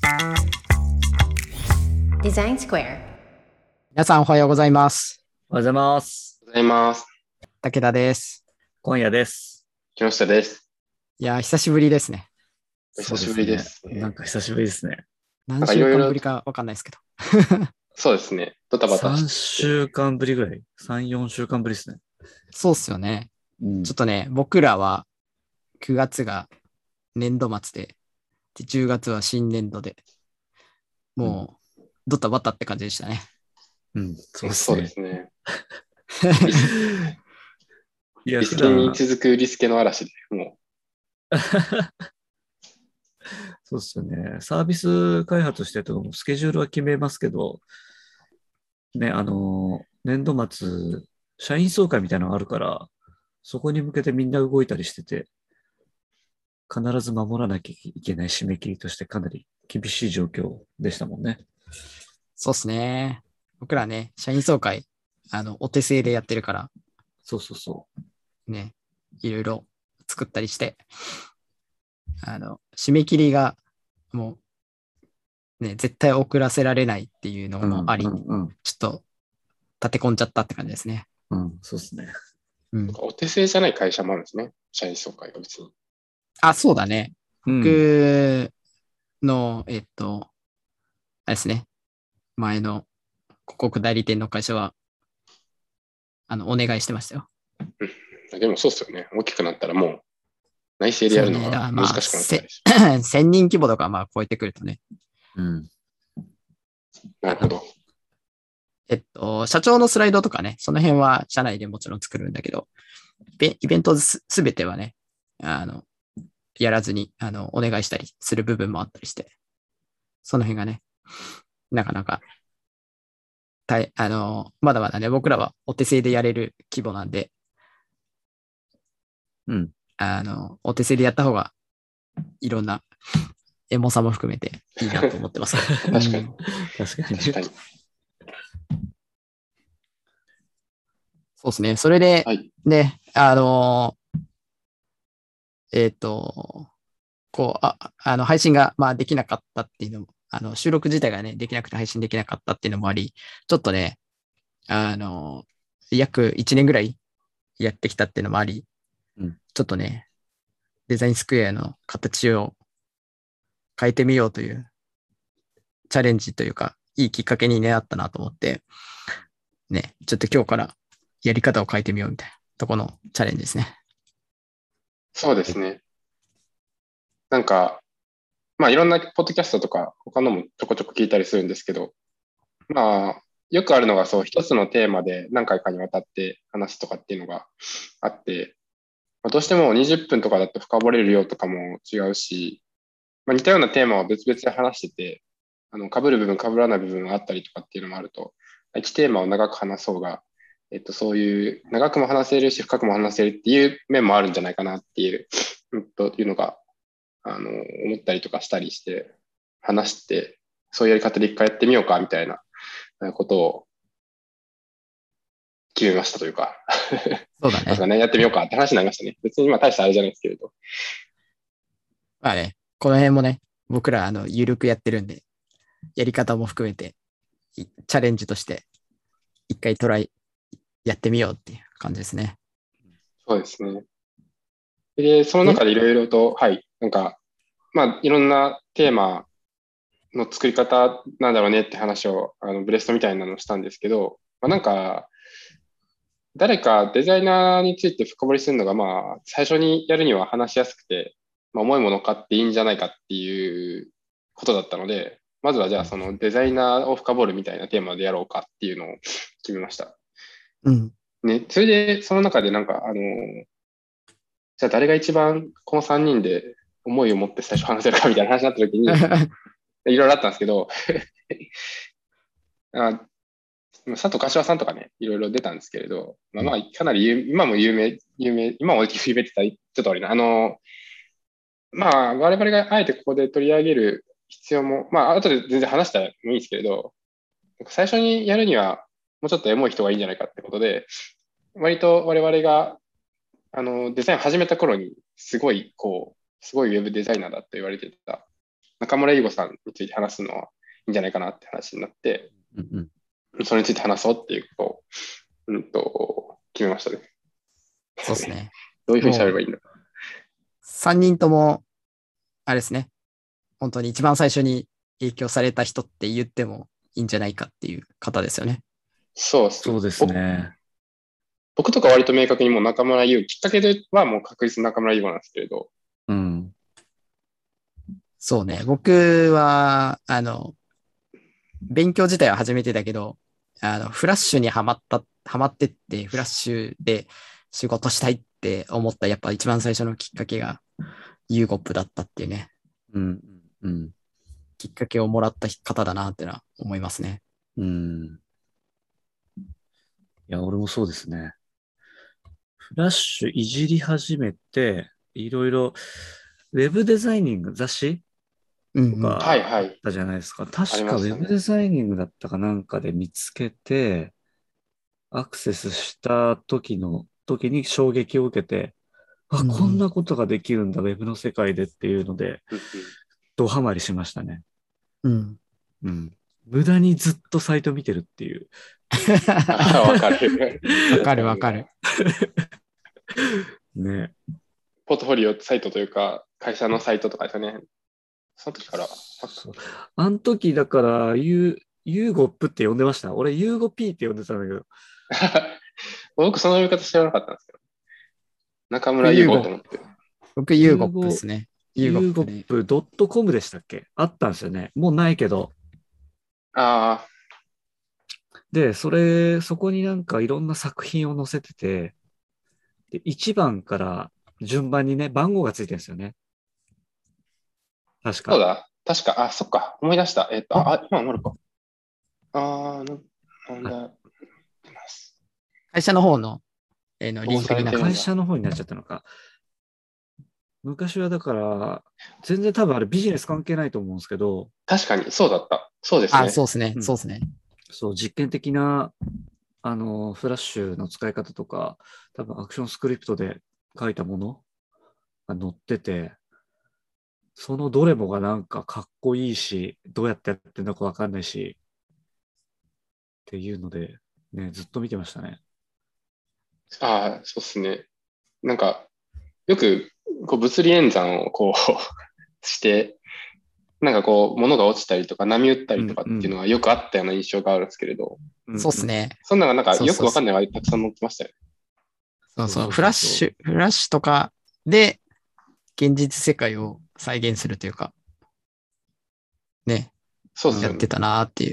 デザインスクエア。 皆さんおはようございます。 おはようございます。 ございます。 武田です。 今夜です。 木下です。 いやー、久しぶりですね。 お久しぶりですね。 なんか久しぶりですね。 何週間ぶりかわかんないですけど。 そうですね。ドタバタして。 3週間ぶりぐらい。3、4週間ぶりですね。 そうっすよね。 うん、 ちょっとね、僕らは9月が年度末で、10月は新年度で、もうドタバタって感じでしたね。 うん、そうそうでですね。 すね。 いや、 リスケに続くリスケの嵐で、もそうですよね。サービス開発してるとスケジュールは決めますけど、ね、年度末、社員総会みたいなのがあるから、そこに向けてみんな動いたりしてて、必ず守らなきゃいけない締め切りとしてかなり厳しい状況でしたもんね。 そうっすね。僕らね、社員総会、お手製でやってるから、 そうそうそね、いろいろ作ったりして、締め切りがもう、ね、絶対遅らせられないっていうのう。 もあり、 うん、 ちょっと立て込んじゃったって感じですね。 そうですね。 うん。 お手製じゃない会社もあるんですね。社員総会が別に。 あ、そうだね。僕の、あれですね。前の広告代理店の会社は、お願いしてましたよ。 でもそうっすよね。大きくなったらもう内製でやるのが難しくなったりし。 1000人規模とかまあ超えてくるとね。 なるほど。 社長のスライドとかね、その辺は社内でもちろん作るんだけど、イベントすべてはね、やらずに、お願いしたりする部分もあったりして、その辺がね、なかなか、まだまだね、僕らはお手製でやれる規模なんで、お手製でやった方が、いろんなエモさも含めていいなと思ってます。 確かに。 確かに。 そうですね。それで、ね、配信が、まあ、できなかったっていうのも、収録自体がね、できなくて配信できなかったっていうのもあり、ちょっとね、約1年ぐらいやってきたっていうのもあり、ちょっとね、デザインスクエアの形を変えてみようというチャレンジというか、いいきっかけになったなと思って、ね、ちょっと今日からやり方を変えてみようみたいなとこのチャレンジですね。 そうですね。なんか、まあいろんなポッドキャストとか他のもちょこちょこ聞いたりするんですけど、まあよくあるのがそう一つのテーマで何回かにわたって話すとかっていうのがあって、どうしても20分とかだと深掘れる量とかも違うし、似たようなテーマを別々で話してて、被る部分、被らない部分があったりとかっていうのもあると、1テーマを長く話そうが、そういう長くも話せるし、深くも話せるっていう面もあるんじゃないかなっていう、いうのが、思ったりとかしたりして、話して、そういうやり方で一回やってみようかみたいなことを決めましたというか、 そうだね。 ね、やってみようかって話になりましたね。別に今大したあれじゃないですけれど。 まあね、この辺もね、僕らゆるくやってるんで、やり方も含めて、チャレンジとして、一回トライやってみようっていう感じですね。 そうですね。で、その中でいろいろと、はい、なんか、まあ、いろんなテーマの作り方なんだろうねって話を、ブレストみたいなのをしたんですけど、まあ、なんか、誰かデザイナーについて深掘りするのが、まあ、最初にやるには話しやすくて、まあ、重いものを買っていいんじゃないかっていうことだったので、まずはじゃあそのデザイナーを深掘るみたいなテーマでやろうかっていうのを決めました。ね、それで、その中でなんか、じゃあ誰が一番この3人で思いを持って最初話せるかみたいな話になった時に、いろいろあったんですけど、佐藤柏さんとかね、いろいろ出たんですけれど、まあ、かなり今も有名、今も有名って言ったらちょっと悪いな。まあ、我々があえてここで取り上げる必要も、まあ、後で全然話したらいいんですけれど、最初にやるにはもうちょっとエモい人がいいんじゃないかってことで、割と我々がデザインを始めた頃にすごいウェブデザイナーだと言われてた中村優吾さんについて話すのはいいんじゃないかなって話になって、それについて話そうっていうことを、決めましたね。 そうですね。 どういうふうに喋ればいいんだ。 3人とも、あれですね。本当に一番最初に影響された人って言ってもいいんじゃないかっていう方ですよね。 そうですね。 僕とか割と明確にもう中村優吾、きっかけではもう確実に中村優吾なんですけれど。 そうね。僕は、勉強自体は始めてたけど、フラッシュにはまってって、フラッシュで仕事したいって思った、やっぱ一番最初のきっかけが、ユーゴップだったっていうね。きっかけをもらった方だなってのは思いますね。 いや、俺もそうですね。フラッシュいじり始めて、いろいろ、ウェブデザイニング、雑誌とかあったじゃないですか。確かウェブデザイニングだったかなんかで見つけて、アクセスした時に衝撃を受けて、こんなことができるんだ、ウェブの世界でっていうので、ドハマりしましたね。無駄にずっとサイト見てるっていう。 わかる。 わかる。 ね。 ポートフォリオサイトというか、会社のサイトとかですよね。その時から。 あの時だから、ユーゴップって呼んでました。俺、ユーゴ P って呼んでたんだけど。 僕、その呼び方知らなかったんですけど。中村優吾と思って。 僕、ユーゴップですね。 ユーゴップ .com でしたっけ？あったんですよね。もうないけど。で、そこになんかいろんな作品を載せてて、で1番から順番にね、番号がついてるんですよね。確か。 そうだ。確か、そっか。思い出した。今もあるか。なんだ。 会社の方の、リンクにな会社の方になっちゃったのか。昔はだから、全然多分あれビジネス関係ないと思うんですけど。 確かに、そうだった。そうですね。 そうですね。そうですね。 そう、実験的な、フラッシュの使い方とか、多分アクションスクリプトで書いたものが載ってて、そのどれもがなんかかっこいいし、どうやってやってるのかわかんないし、っていうので、ね、ずっと見てましたね。 そうですね。なんか、よく、物理演算をして、なんか物が落ちたりとか、波打ったりとかっていうのはよくあったような印象があるんですけれど。 そうですね。 そんなのなんかよくわかんないのがたくさん載ってましたよね。 そう。フラッシュとかで、現実世界を再現するというか、ね。 そうですね。 やってたなっていう。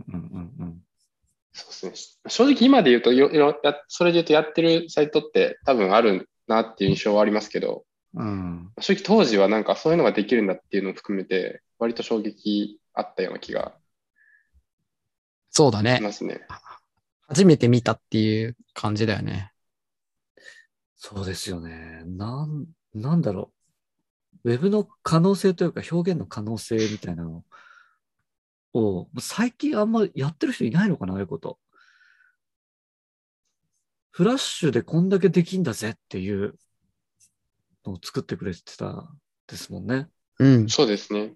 そうですね。正直今で言うと、それで言うとやってるサイトって多分あるなっていう印象はありますけど、正直当時はなんかそういうのができるんだっていうのを含めて、割と衝撃あったような気がそうだね。 しますね。 初めて見たっていう感じだよね。 そうですよね。なんだろう。ウェブの可能性というか表現の可能性みたいなのを、最近あんまやってる人いないのかな、ああいうこと。フラッシュでこんだけできんだぜっていうのを作ってくれてたですもんね。 そうですね。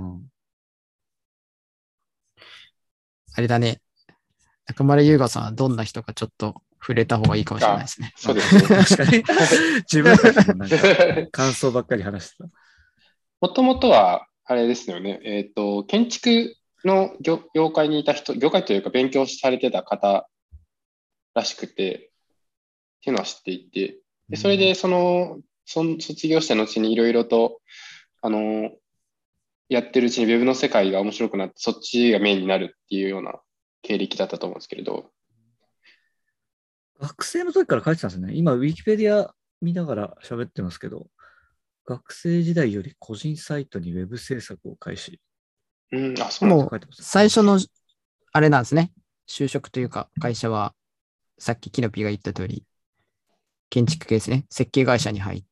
あれだね。中村優吾さんはどんな人かちょっと触れた方がいいかもしれないですね。 そうですね。 確かに。自分たちもなんか感想ばっかり話してた。 もともとは、あれですよね。建築の業界にいた人、業界というか勉強されてた方らしくて、っていうのは知っていて、でそれで卒業した後にいろいろと、やってるうちにウェブの世界が面白くなって、そっちがメインになるっていうような経歴だったと思うんですけれど。 学生の時から書いてたんですね。今、ウィキペディア見ながら喋ってますけど、学生時代より個人サイトにウェブ制作を開始。 そうなんです。最初の、あれなんですね。就職というか、会社は、さっきキノピーが言った通り、建築系ですね。設計会社に入って、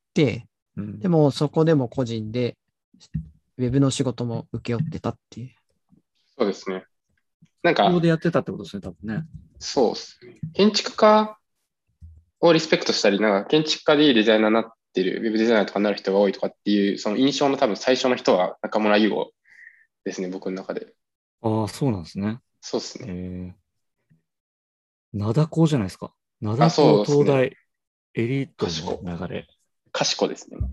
でもそこでも個人で、ウェブの仕事も請け負ってたっていう。 そうですね。なんか、 ここでやってたってことですね、多分ね。 そうですね。建築家をリスペクトしたり、なんか建築家でいいデザイナーになっってる、ウェブデザイナーとかになる人が多いとかっていう、その印象の多分最初の人は中村優吾ですね、僕の中で。 ああ、そうなんですね。 そうですね。 灘高じゃないですか。灘高、 そうですね東大、エリートの流れ。 賢ですね。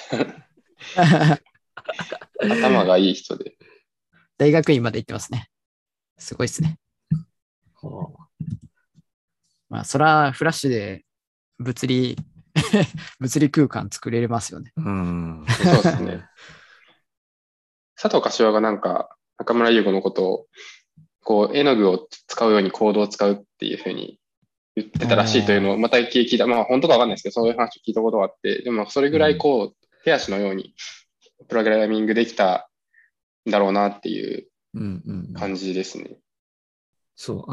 頭がいい人で。 大学院まで行ってますね。すごいですね。 はあ、 まあ、そら、フラッシュで物理空間作れますよね。 そうですね。佐藤柏がなんか、中村優吾のことを、こう、絵の具を使うようにコードを使うっていうふうに言ってたらしいというのをまた聞いた。まあ、本当かわかんないですけど、そういう話を聞いたことがあって、でもそれぐらいこう、手足のようにプログラミングできたんだろうなっていう感じですね。 そう、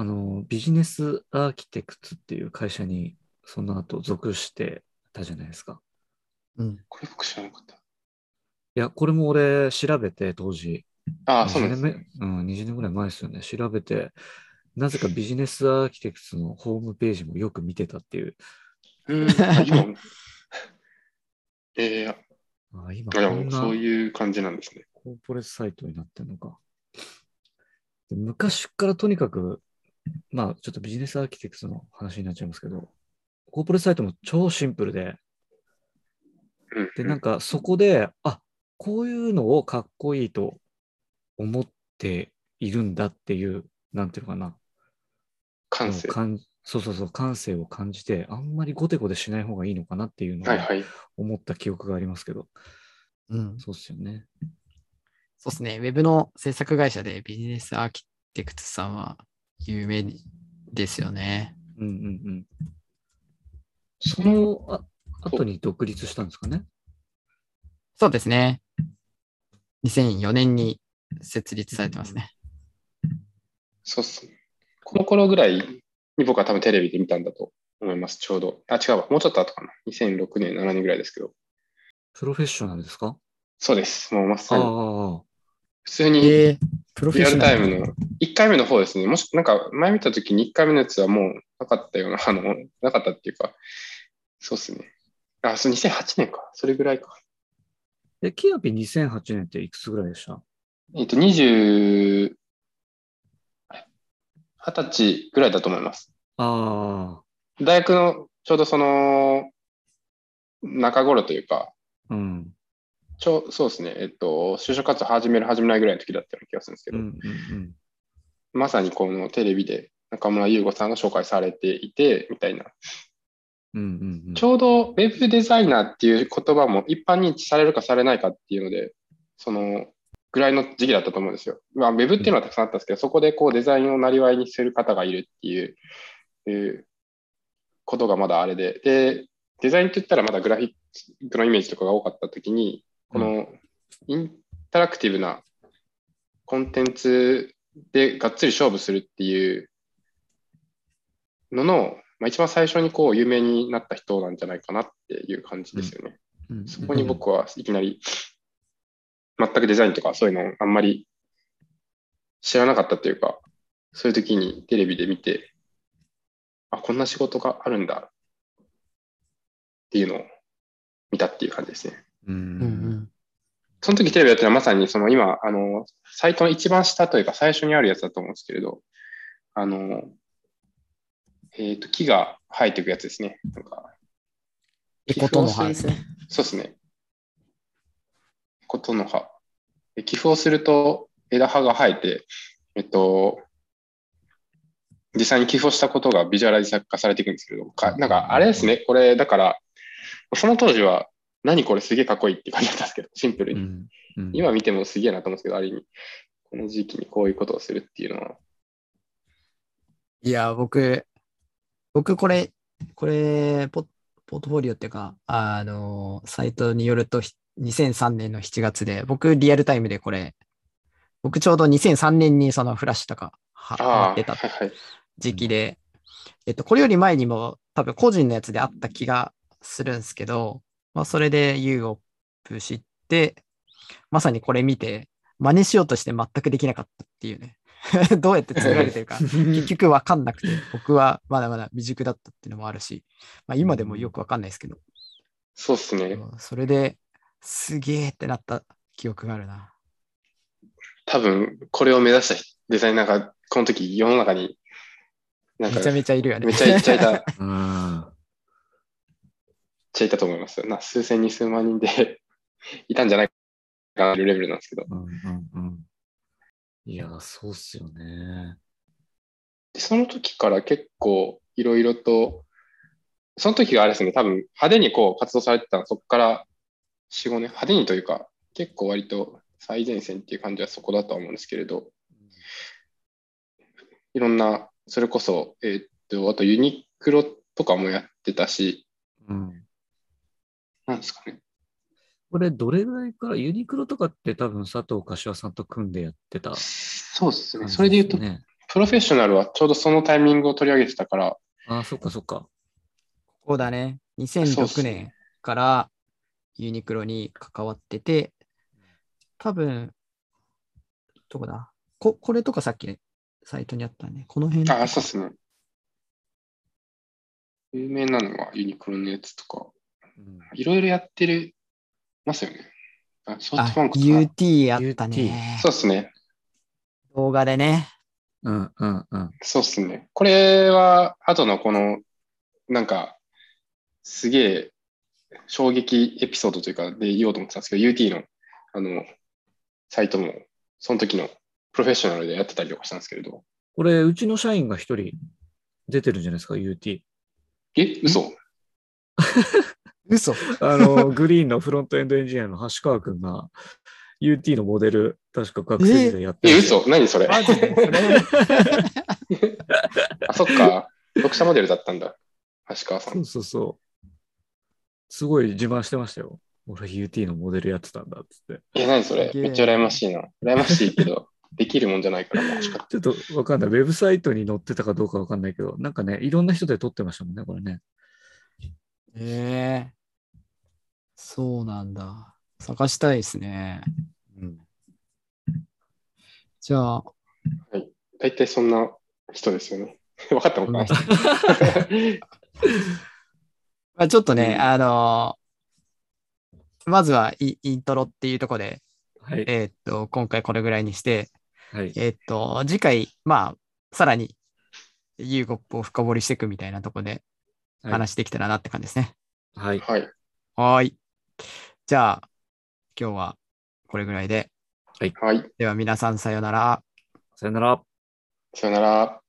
ビジネスアーキテクツっていう会社にその後属してたじゃないですか。 これ僕知らなかった。 いや、これも俺調べて当時。 そうなんですね。 20年ぐらい前ですよね。調べて、なぜかビジネスアーキテクツのホームページもよく見てたっていう。 今そういう感じなんですね。 コーポレートサイトになってるのか。昔からとにかく、まあちょっとビジネスアーキテクツの話になっちゃいますけど、コーポレートサイトも超シンプルで、で、なんかそこで、こういうのをかっこいいと思っているんだっていう、なんていうのかな。 感性。 そう、感性を感じて、あんまりゴテゴテしない方がいいのかなっていうのを思った記憶がありますけど。そうっすよね。 そうですね。ウェブの制作会社でビジネスアーキテクツさんは有名ですよね。 その後に独立したんですかね。 そうですね。2004年に設立されてますね。 そうっすね。この頃ぐらいに僕は多分テレビで見たんだと思います、ちょうど。違うわ。もうちょっと後かな。2006年、7年ぐらいですけど。 プロフェッショナルですか？ そうです。もうまさに。普通にリアルタイムの1回目の方ですね。もし、なんか前見たときに1回目のやつはもうなかったような、なかったっていうか、そうっすね。そう、2008年か。それぐらいか。 キアピ2008年っていくつぐらいでした？ 20歳ぐらいだと思います。大学のちょうどその中頃というか、そうですね、就職活動始めないぐらいの時だったような気がするんですけど、まさにこのテレビで中村優吾さんが紹介されていて、みたいな。ちょうどウェブデザイナーっていう言葉も一般認知されるかされないかっていうので、そのぐらいの時期だったと思うんですよ。ウェブっていうのはたくさんあったんですけど、そこでこうデザインをなりわいにする方がいるっていうことがまだあれで、で、デザインって言ったらまだグラフィックのイメージとかが多かったときに、このインタラクティブなコンテンツでがっつり勝負するっていうのの、一番最初にこう有名になった人なんじゃないかなっていう感じですよね。そこに僕はいきなり全くデザインとかそういうのあんまり知らなかったというか、そういう時にテレビで見て、こんな仕事があるんだっていうのを見たっていう感じですね。その時テレビやってるのはまさにその今、サイトの一番下というか最初にあるやつだと思うんですけれど、木が生えていくやつですね。なんか琴の葉ですね。 そうですね。琴の葉。寄付をすると枝葉が生えて、実際に寄付をしたことがビジュアライズ化されていくんですけど、なんかあれですね、これだから、その当時は何これすげえかっこいいって感じだったんですけど、シンプルに。今見てもすげえなと思うんですけど、ある意味、この時期にこういうことをするっていうのは。 いや、僕これ、ポートフォリオっていうか、サイトによると2003年の7月で、僕リアルタイムで僕ちょうど2003年にそのフラッシュとかハマってた時期で、これより前にも多分個人のやつであった気がするんですけど、それで U を知って、まさにこれ見て、真似しようとして全くできなかったっていうね。どうやって作られてるか結局分かんなくて、僕はまだまだ未熟だったっていうのもあるし、今でもよく分かんないですけど、 そうっすね。 それですげえってなった記憶があるな。 多分、これを目指したデザイナーが、この時世の中に、なんか、 めちゃめちゃいるよね。 めちゃいちゃいた、めっうん。 ちゃいたと思いますよ。数千人、数万人でいたんじゃないかなというレベルなんですけど。 うんうんうん。いや、そうっすよね。 でその時から結構いろいろと、その時があれですね、多分派手にこう活動されてたのはそこから4、5年、派手にというか、結構割と最前線っていう感じはそこだとは思うんですけれど、いろんな、それこそ、あとユニクロとかもやってたし、 うん。 なんですかね。 これ、どれぐらいから、ユニクロとかって多分佐藤柏さんと組んでやってたそうですね。 感それで言うと、 じですね。 プロフェッショナルはちょうどそのタイミングを取り上げてたから、 ああ、そっかそっか。 こうだね。 そうっ 2006 すね年からユニクロに関わってて、多分、どこだこれとかさっきね、サイトにあったね。この辺とか。 あ、そうですね。有名なのはユニクロのやつとか、 うんいろいろやってますよね。ソフトあ、 バンクとか。 UT あったね。 そうですね。 動画でね。 うんうんうん。 そうですね。これは、後のこの、なんか、すげえ衝撃エピソードというかで言おうと思ってたんですけど、UT の、サイトも、その時のプロフェッショナルでやってたりとかしたんですけれど。 これ、うちの社員が一人出てるんじゃないですか、UT。 嘘嘘。 グリーンのフロントエンドエンジニアの橋川くんが UT のモデル、確か学生時代やってましたよ。 嘘何それマジでそれあ、そっか。読者モデルだったんだ。橋川さ。 そうんそうそう。すごい自慢してましたよ。俺 UT のモデルやってたんだっつって。 何それすげえめっちゃ羨ましいな。羨ましいけど、できるもんじゃないから、もしかちょっとわかんない。ウェブサイトに載ってたかどうかわかんないけど、なんかね、いろんな人で撮ってましたもんね、これね。 ええそうなんだ。探したいですね。 うん。 じゃあ、 大体そんな人ですよね。分かったのかなこんな人まあちょっとね、まずはイントロっていうところで、 はい。 今回これぐらいにして、 はい。 次回、まあ、さらに、ユーゴップを深掘りしていくみたいなところではい。 話できたらなって感じですね。 はい。 はい。 はーい。じゃあ、今日はこれぐらいで。 はい。 では皆さんさようなら。 さよなら。 さよなら。